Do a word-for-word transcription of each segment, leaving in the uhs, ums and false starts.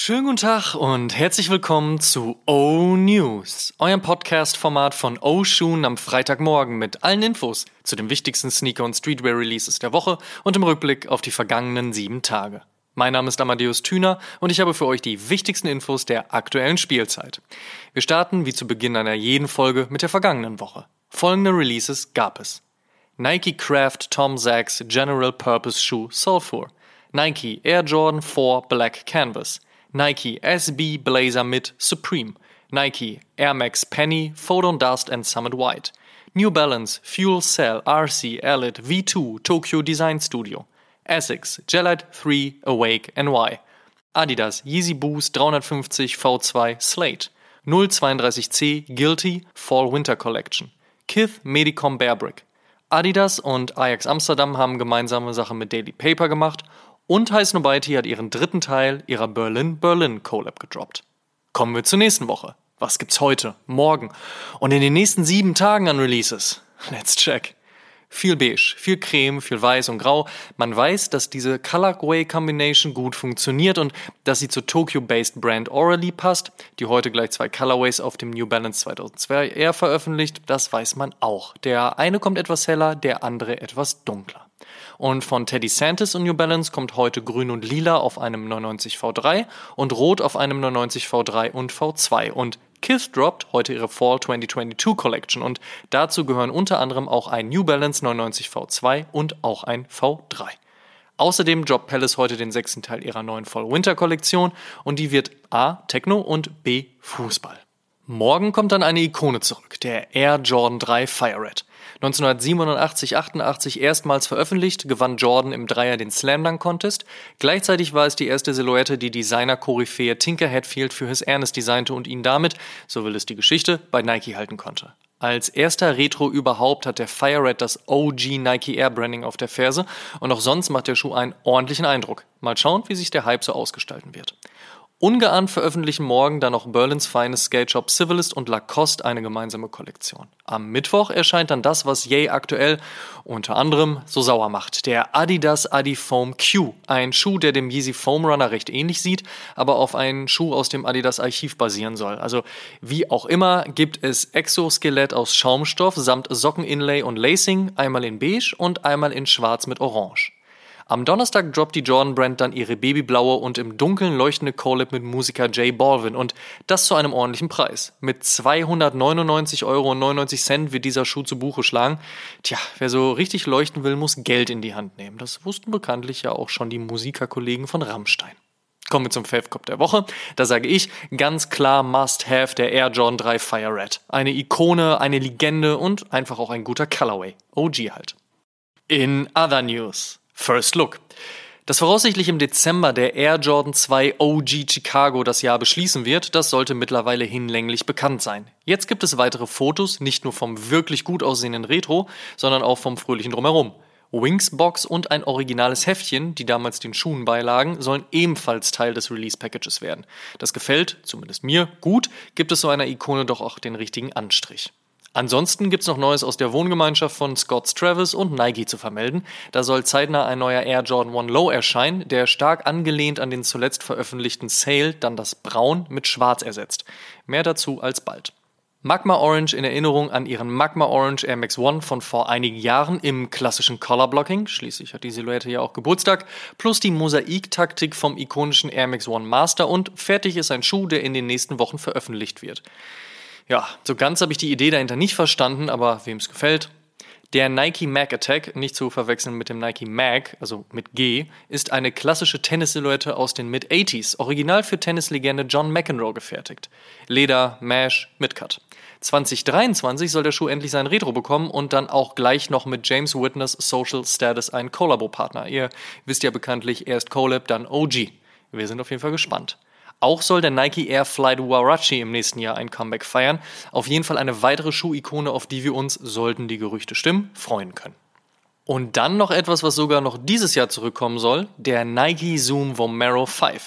Schönen guten Tag und herzlich willkommen zu O-News, eurem Podcast-Format von O-Schuhen am Freitagmorgen mit allen Infos zu den wichtigsten Sneaker- und Streetwear-Releases der Woche und im Rückblick auf die vergangenen sieben Tage. Mein Name ist Amadeus Thüner und ich habe für euch die wichtigsten Infos der aktuellen Spielzeit. Wir starten wie zu Beginn einer jeden Folge mit der vergangenen Woche. Folgende Releases gab es: Nike Craft Tom Sachs General Purpose Shoe Sulfur, Nike Air Jordan vier Black Canvas, Nike S B Blazer Mid Supreme, Nike Air Max Penny Photon Dust and Summit White, New Balance Fuel Cell R C Elite V zwei Tokyo Design Studio, Asics Gelite drei Awake N Y, Adidas Yeezy Boost dreihundertfünfzig V zwei Slate, null zweiunddreißig C Guilty Fall Winter Collection, Kith Medicom Bearbrick. Adidas und Ajax Amsterdam haben gemeinsame Sachen mit Daily Paper gemacht und Highs Nobiety hat ihren dritten Teil ihrer Berlin-Berlin-Collab gedroppt. Kommen wir zur nächsten Woche. Was gibt's heute, morgen und in den nächsten sieben Tagen an Releases? Let's check. Viel beige, viel creme, viel weiß und grau. Man weiß, dass diese Colorway-Combination gut funktioniert und dass sie zur Tokyo-based Brand Orally passt, die heute gleich zwei Colorways auf dem New Balance zweitausendzwei Air veröffentlicht. Das weiß man auch. Der eine kommt etwas heller, der andere etwas dunkler. Und von Teddy Santis und New Balance kommt heute grün und lila auf einem neunundneunzig V drei und rot auf einem neunundneunzig V drei und V zwei. Und Kith droppt heute ihre Fall zwanzig zweiundzwanzig Collection und dazu gehören unter anderem auch ein New Balance neunundneunzig V zwei und auch ein V drei. Außerdem droppt Palace heute den sechsten Teil ihrer neuen Fall Winter Kollektion und die wird A. Techno und B. Fußball. Morgen kommt dann eine Ikone zurück, der Air Jordan drei Fire Red. neunzehnhundertsiebenundachtzig achtundachtzig erstmals veröffentlicht, gewann Jordan im Dreier den Slam Dunk Contest. Gleichzeitig war es die erste Silhouette, die Designer-Koryphäe Tinker Hatfield für His Ernest designte und ihn damit, so will es die Geschichte, bei Nike halten konnte. Als erster Retro überhaupt hat der Fire Red das O G Nike Air Branding auf der Ferse und auch sonst macht der Schuh einen ordentlichen Eindruck. Mal schauen, wie sich der Hype so ausgestalten wird. Ungeahnt veröffentlichen morgen dann noch Berlins feines Skate Shop Civilist und Lacoste eine gemeinsame Kollektion. Am Mittwoch erscheint dann das, was Ye aktuell unter anderem so sauer macht. Der Adidas Adifoam Q. Ein Schuh, der dem Yeezy Foam Runner recht ähnlich sieht, aber auf einen Schuh aus dem Adidas Archiv basieren soll. Also wie auch immer gibt es Exoskelett aus Schaumstoff samt Sockeninlay und Lacing, einmal in beige und einmal in schwarz mit orange. Am Donnerstag droppt die Jordan-Brand dann ihre babyblaue und im Dunkeln leuchtende Collab mit Musiker J Balvin und das zu einem ordentlichen Preis. Mit zweihundertneunundneunzig Euro neunundneunzig wird dieser Schuh zu Buche schlagen. Tja, wer so richtig leuchten will, muss Geld in die Hand nehmen. Das wussten bekanntlich ja auch schon die Musikerkollegen von Rammstein. Kommen wir zum Fave-Cop der Woche. Da sage ich ganz klar Must-Have der Air Jordan drei Fire Red. Eine Ikone, eine Legende und einfach auch ein guter Colorway. O G halt. In other news. First Look. Dass voraussichtlich im Dezember der Air Jordan zwei O G Chicago das Jahr beschließen wird, das sollte mittlerweile hinlänglich bekannt sein. Jetzt gibt es weitere Fotos, nicht nur vom wirklich gut aussehenden Retro, sondern auch vom fröhlichen Drumherum. Wings-Box und ein originales Heftchen, die damals den Schuhen beilagen, sollen ebenfalls Teil des Release-Packages werden. Das gefällt, zumindest mir, gut, gibt es so einer Ikone doch auch den richtigen Anstrich. Ansonsten gibt's noch Neues aus der Wohngemeinschaft von Scott Travis und Nike zu vermelden. Da soll zeitnah ein neuer Air Jordan eins Low erscheinen, der stark angelehnt an den zuletzt veröffentlichten Sail dann das Braun mit Schwarz ersetzt. Mehr dazu alsbald. Magma Orange in Erinnerung an ihren Magma Orange Air Max eins von vor einigen Jahren im klassischen Color Blocking, schließlich hat die Silhouette ja auch Geburtstag, plus die Mosaik-Taktik vom ikonischen Air Max eins Master und fertig ist ein Schuh, der in den nächsten Wochen veröffentlicht wird. Ja, so ganz habe ich die Idee dahinter nicht verstanden, aber wem es gefällt. Der Nike Mag Attack, nicht zu verwechseln mit dem Nike Mag, also mit G, ist eine klassische Tennissilhouette aus den Mid-achtziger, original für Tennislegende John McEnroe gefertigt. Leder, Mesh, Midcut. zwanzig dreiundzwanzig soll der Schuh endlich sein Retro bekommen und dann auch gleich noch mit James Witness Social Status ein Collabo-Partner. Ihr wisst ja bekanntlich, erst Collab, dann O G. Wir sind auf jeden Fall gespannt. Auch soll der Nike Air Flight Huarache im nächsten Jahr ein Comeback feiern. Auf jeden Fall eine weitere Schuhikone, auf die wir uns, sollten die Gerüchte stimmen, freuen können. Und dann noch etwas, was sogar noch dieses Jahr zurückkommen soll, der Nike Zoom Vomero fünf.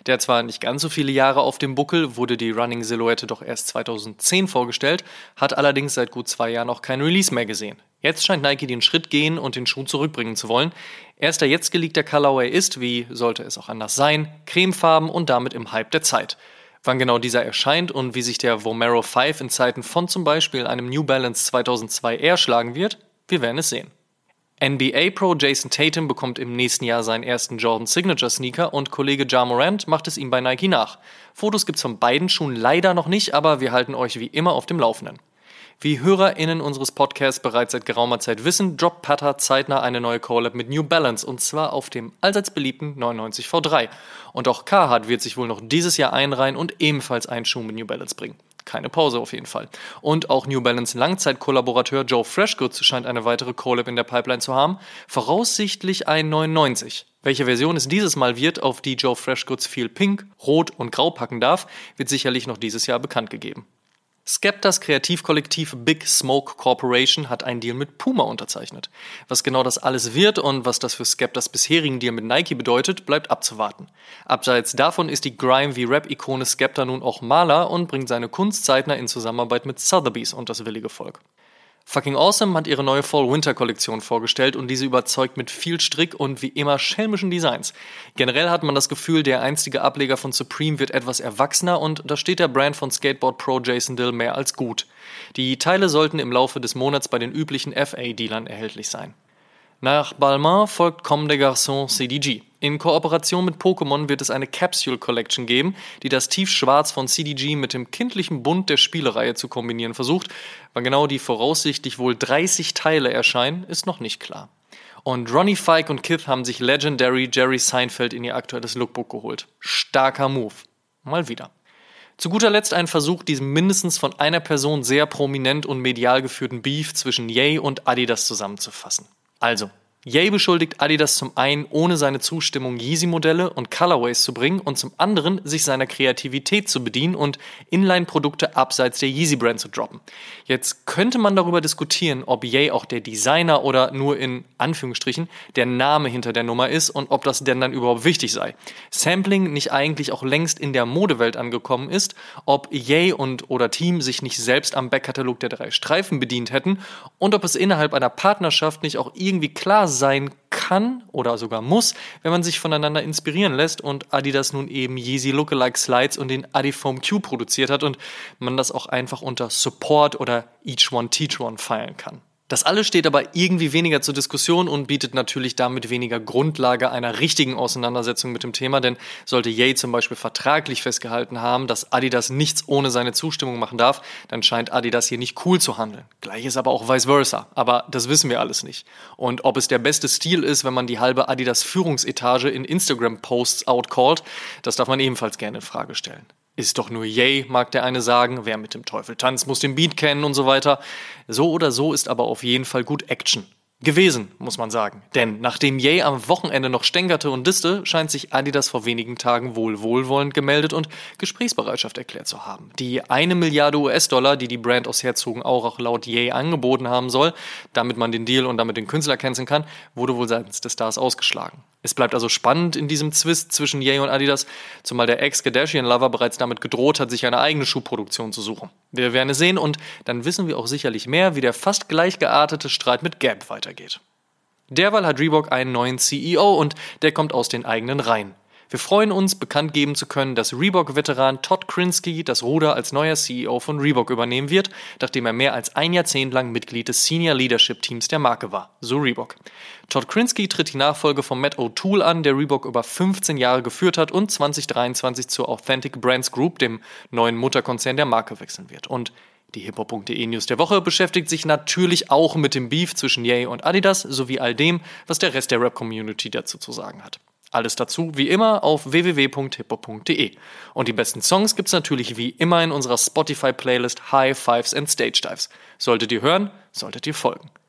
Der hat zwar nicht ganz so viele Jahre auf dem Buckel, wurde die Running-Silhouette doch erst zweitausendzehn vorgestellt, hat allerdings seit gut zwei Jahren auch kein Release mehr gesehen. Jetzt scheint Nike den Schritt gehen und den Schuh zurückbringen zu wollen. Erster jetzt geleakter Colorway ist, wie sollte es auch anders sein, cremefarben und damit im Hype der Zeit. Wann genau dieser erscheint und wie sich der Vomero fünf in Zeiten von zum Beispiel einem New Balance zweitausendzwei Air schlagen wird, wir werden es sehen. N B A Pro Jason Tatum bekommt im nächsten Jahr seinen ersten Jordan Signature Sneaker und Kollege Ja Morant macht es ihm bei Nike nach. Fotos gibt's von beiden Schuhen leider noch nicht, aber wir halten euch wie immer auf dem Laufenden. Wie HörerInnen unseres Podcasts bereits seit geraumer Zeit wissen, droppt Pata zeitnah eine neue Collab mit New Balance und zwar auf dem allseits beliebten neunundneunzig V drei. Und auch Carhartt wird sich wohl noch dieses Jahr einreihen und ebenfalls einen Schuh mit New Balance bringen. Keine Pause auf jeden Fall. Und auch New Balance Langzeitkollaborateur Joe Freshgoods scheint eine weitere Collab in der Pipeline zu haben, voraussichtlich ein neunundneunzig. Welche Version es dieses Mal wird, auf die Joe Freshgoods viel Pink, Rot und Grau packen darf, wird sicherlich noch dieses Jahr bekannt gegeben. Skeptas Kreativkollektiv Big Smoke Corporation hat einen Deal mit Puma unterzeichnet. Was genau das alles wird und was das für Skeptas bisherigen Deal mit Nike bedeutet, bleibt abzuwarten. Abseits davon ist die Grime- wie Rap-Ikone Skepta nun auch Maler und bringt seine Kunst zeitnah in Zusammenarbeit mit Sotheby's und das willige Volk. Fucking Awesome hat ihre neue Fall-Winter-Kollektion vorgestellt und diese überzeugt mit viel Strick und wie immer schelmischen Designs. Generell hat man das Gefühl, der einstige Ableger von Supreme wird etwas erwachsener und da steht der Brand von Skateboard Pro Jason Dill mehr als gut. Die Teile sollten im Laufe des Monats bei den üblichen F A-Dealern erhältlich sein. Nach Balmain folgt Comme des Garçons C D G. In Kooperation mit Pokémon wird es eine Capsule Collection geben, die das Tiefschwarz von C D G mit dem kindlichen Bunt der Spielereihe zu kombinieren versucht. Wann genau die voraussichtlich wohl dreißig Teile erscheinen, ist noch nicht klar. Und Ronnie Fike und Kith haben sich Legendary Jerry Seinfeld in ihr aktuelles Lookbook geholt. Starker Move. Mal wieder. Zu guter Letzt ein Versuch, diesen mindestens von einer Person sehr prominent und medial geführten Beef zwischen Ye und Adidas zusammenzufassen. Also, Ye beschuldigt Adidas zum einen, ohne seine Zustimmung Yeezy-Modelle und Colorways zu bringen und zum anderen, sich seiner Kreativität zu bedienen und Inline-Produkte abseits der Yeezy-Brand zu droppen. Jetzt könnte man darüber diskutieren, ob Ye auch der Designer oder nur in Anführungsstrichen der Name hinter der Nummer ist und ob das denn dann überhaupt wichtig sei. Sampling nicht eigentlich auch längst in der Modewelt angekommen ist, ob Ye und oder Team sich nicht selbst am Backkatalog der drei Streifen bedient hätten und ob es innerhalb einer Partnerschaft nicht auch irgendwie klar sein kann oder sogar muss, wenn man sich voneinander inspirieren lässt und Adidas nun eben Yeezy Lookalike Slides und den Adifoam Q produziert hat und man das auch einfach unter Support oder Each One Teach One feilen kann. Das alles steht aber irgendwie weniger zur Diskussion und bietet natürlich damit weniger Grundlage einer richtigen Auseinandersetzung mit dem Thema, denn sollte Ye zum Beispiel vertraglich festgehalten haben, dass Adidas nichts ohne seine Zustimmung machen darf, dann scheint Adidas hier nicht cool zu handeln. Gleiches aber auch vice versa, aber das wissen wir alles nicht. Und ob es der beste Stil ist, wenn man die halbe Adidas-Führungsetage in Instagram-Posts outcallt, das darf man ebenfalls gerne in Frage stellen. Ist doch nur Ye, mag der eine sagen, wer mit dem Teufel tanzt, muss den Beat kennen und so weiter. So oder so ist aber auf jeden Fall gut Action. Gewesen, muss man sagen. Denn nachdem Ye am Wochenende noch stänkerte und disste, scheint sich Adidas vor wenigen Tagen wohl wohlwollend gemeldet und Gesprächsbereitschaft erklärt zu haben. Die eine Milliarde U S-Dollar, die die Brand aus Herzogenaurach laut Ye angeboten haben soll, damit man den Deal und damit den Künstler canceln kann, wurde wohl seitens des Stars ausgeschlagen. Es bleibt also spannend in diesem Zwist zwischen Ye und Adidas, zumal der Ex-Kardashian-Lover bereits damit gedroht hat, sich eine eigene Schuhproduktion zu suchen. Wir werden es sehen und dann wissen wir auch sicherlich mehr, wie der fast gleich geartete Streit mit Gap weitergeht. Derweil hat Reebok einen neuen C E O und der kommt aus den eigenen Reihen. Wir freuen uns, bekannt geben zu können, dass Reebok-Veteran Todd Krinsky das Ruder als neuer C E O von Reebok übernehmen wird, nachdem er mehr als ein Jahrzehnt lang Mitglied des Senior Leadership Teams der Marke war, so Reebok. Todd Krinsky tritt die Nachfolge von Matt O'Toole an, der Reebok über fünfzehn Jahre geführt hat und zwanzig dreiundzwanzig zur Authentic Brands Group, dem neuen Mutterkonzern der Marke, wechseln wird. Und die hiphop punkt de News der Woche beschäftigt sich natürlich auch mit dem Beef zwischen Ye und Adidas sowie all dem, was der Rest der Rap-Community dazu zu sagen hat. Alles dazu, wie immer, auf w w w punkt hiphop punkt de. Und die besten Songs gibt's natürlich wie immer in unserer Spotify-Playlist High Fives and Stage Dives. Solltet ihr hören, solltet ihr folgen.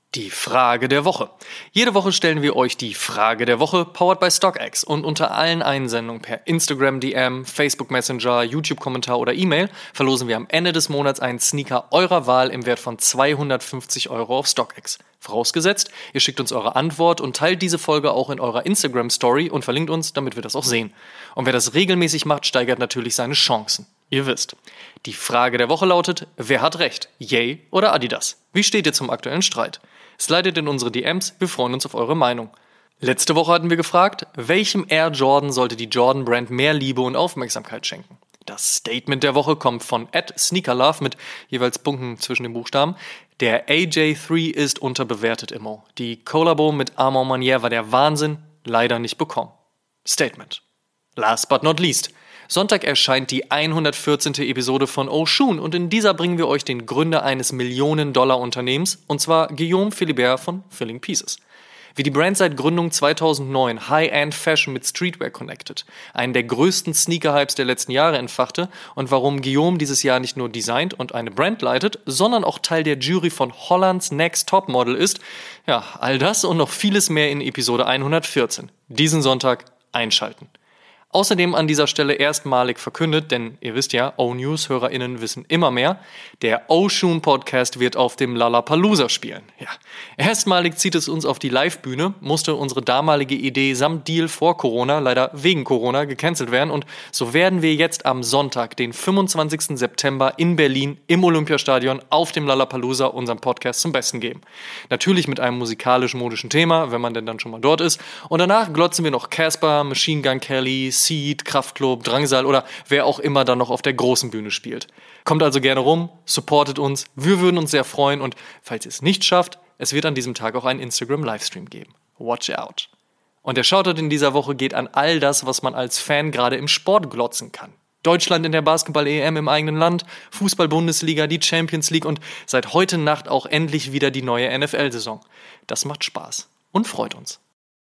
Die Frage der Woche. Jede Woche stellen wir euch die Frage der Woche, powered by StockX. Und unter allen Einsendungen per Instagram D M, Facebook Messenger, YouTube-Kommentar oder E-Mail verlosen wir am Ende des Monats einen Sneaker eurer Wahl im Wert von zweihundertfünfzig Euro auf StockX. Vorausgesetzt, ihr schickt uns eure Antwort und teilt diese Folge auch in eurer Instagram-Story und verlinkt uns, damit wir das auch sehen. Und wer das regelmäßig macht, steigert natürlich seine Chancen. Ihr wisst. Die Frage der Woche lautet, wer hat recht? Ye oder Adidas? Wie steht ihr zum aktuellen Streit? Slidet in unsere D Ms, wir freuen uns auf eure Meinung. Letzte Woche hatten wir gefragt, welchem Air Jordan sollte die Jordan Brand mehr Liebe und Aufmerksamkeit schenken? Das Statement der Woche kommt von at sneakerlove mit jeweils Punkten zwischen den Buchstaben. Der A J drei ist unterbewertet immer. Die Collabo mit Armand Manier war der Wahnsinn, leider nicht bekommen. Statement. Last but not least. Sonntag erscheint die hundertvierzehnte Episode von Oshun und in dieser bringen wir euch den Gründer eines Millionen-Dollar-Unternehmens, und zwar Guillaume Philibert von Filling Pieces. Wie die Brand seit Gründung zweitausendneun High-End-Fashion mit Streetwear connected, einen der größten Sneaker-Hypes der letzten Jahre entfachte und warum Guillaume dieses Jahr nicht nur designt und eine Brand leitet, sondern auch Teil der Jury von Hollands Next Top Model ist, ja, all das und noch vieles mehr in Episode hundertvierzehn. Diesen Sonntag einschalten. Außerdem an dieser Stelle erstmalig verkündet, denn ihr wisst ja, O-News-HörerInnen wissen immer mehr, der Oshun-Podcast wird auf dem Lollapalooza spielen. Ja. Erstmalig zieht es uns auf die Live-Bühne, musste unsere damalige Idee samt Deal vor Corona, leider wegen Corona, gecancelt werden und so werden wir jetzt am Sonntag, den fünfundzwanzigsten September in Berlin im Olympiastadion auf dem Lollapalooza unseren Podcast zum Besten geben. Natürlich mit einem musikalisch-modischen Thema, wenn man denn dann schon mal dort ist, und danach glotzen wir noch Casper, Machine Gun Kelly, Seed, Kraftklub, Drangsal oder wer auch immer dann noch auf der großen Bühne spielt. Kommt also gerne rum, supportet uns, wir würden uns sehr freuen und falls ihr es nicht schafft, es wird an diesem Tag auch einen Instagram-Livestream geben. Watch out. Und der Shoutout in dieser Woche geht an all das, was man als Fan gerade im Sport glotzen kann. Deutschland in der Basketball-E M im eigenen Land, Fußball-Bundesliga, die Champions League und seit heute Nacht auch endlich wieder die neue N F L-Saison. Das macht Spaß und freut uns.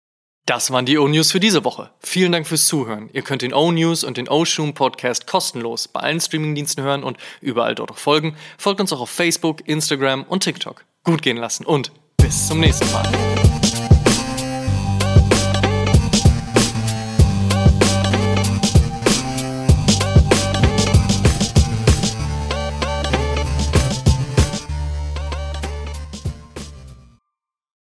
Das waren die O-News für diese Woche. Vielen Dank fürs Zuhören. Ihr könnt den O-News und den Oshun Podcast kostenlos bei allen Streamingdiensten hören und überall dort auch folgen. Folgt uns auch auf Facebook, Instagram und TikTok. Gut gehen lassen und bis zum nächsten Mal.